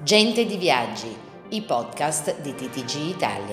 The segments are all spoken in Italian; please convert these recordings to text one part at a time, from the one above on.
Gente di Viaggi, i podcast di TTG Italia.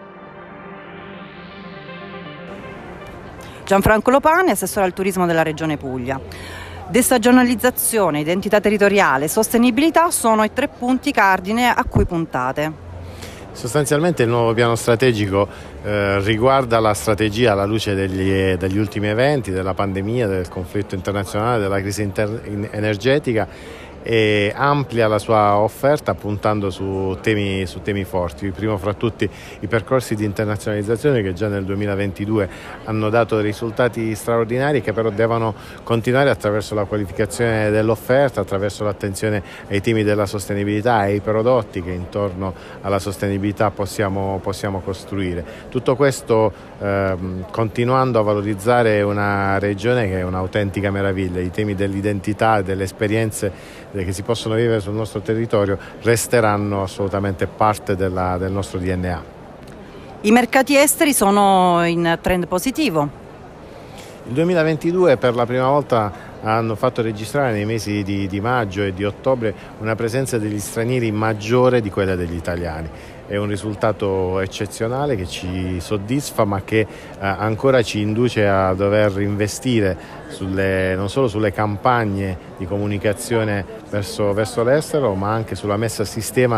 Gianfranco Lopani, assessore al turismo della Regione Puglia. Destagionalizzazione, identità territoriale, sostenibilità sono i 3 punti cardine a cui puntate. Sostanzialmente il nuovo piano strategico riguarda la strategia alla luce degli ultimi eventi, della pandemia, del conflitto internazionale, della crisi energetica, e amplia la sua offerta puntando su temi forti. Primo fra tutti i percorsi di internazionalizzazione che già nel 2022 hanno dato risultati straordinari, che però devono continuare attraverso la qualificazione dell'offerta, attraverso l'attenzione ai temi della sostenibilità e ai prodotti che intorno alla sostenibilità possiamo costruire. Tutto questo continuando a valorizzare una regione che è un'autentica meraviglia. I temi dell'identità e delle esperienze che si possono vivere sul nostro territorio resteranno assolutamente parte del nostro DNA. I mercati esteri sono in trend positivo. Il 2022 per la prima volta hanno fatto registrare nei mesi di maggio e di ottobre una presenza degli stranieri maggiore di quella degli italiani. È un risultato eccezionale che ci soddisfa, ma che ancora ci induce a dover investire non solo sulle campagne di comunicazione verso l'estero, ma anche sulla messa a sistema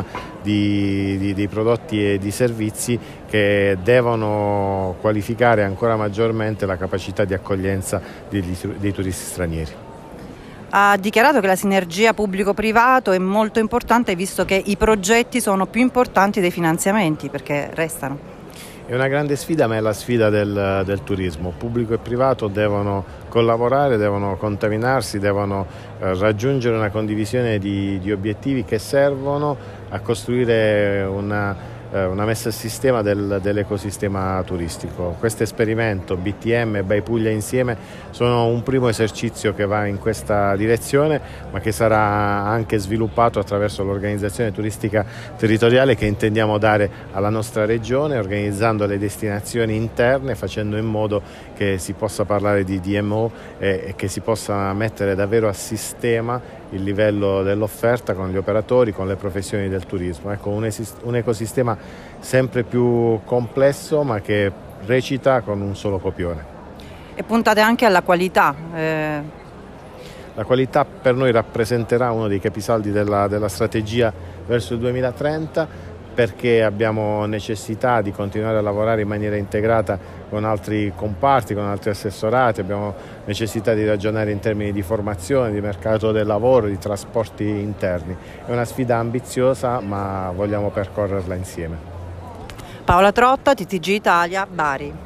di prodotti e di servizi che devono qualificare ancora maggiormente la capacità di accoglienza dei turisti stranieri. Ha dichiarato che la sinergia pubblico-privato è molto importante, visto che i progetti sono più importanti dei finanziamenti, perché restano. È una grande sfida, ma è la sfida del turismo. Pubblico e privato devono collaborare, devono contaminarsi, devono raggiungere una condivisione di obiettivi che servono a costruire una messa a sistema dell'ecosistema turistico. Questo esperimento BTM e By Puglia insieme sono un primo esercizio che va in questa direzione, ma che sarà anche sviluppato attraverso l'organizzazione turistica territoriale che intendiamo dare alla nostra regione, organizzando le destinazioni interne, facendo in modo che si possa parlare di DMO e che si possa mettere davvero a sistema il livello dell'offerta con gli operatori, con le professioni del turismo. Ecco, un ecosistema sempre più complesso, ma che recita con un solo copione. E puntate anche alla qualità. La qualità per noi rappresenterà uno dei capisaldi della strategia verso il 2030, perché abbiamo necessità di continuare a lavorare in maniera integrata con altri comparti, con altri assessorati, abbiamo necessità di ragionare in termini di formazione, di mercato del lavoro, di trasporti interni. È una sfida ambiziosa, ma vogliamo percorrerla insieme. Paola Trotta, TTG Italia, Bari.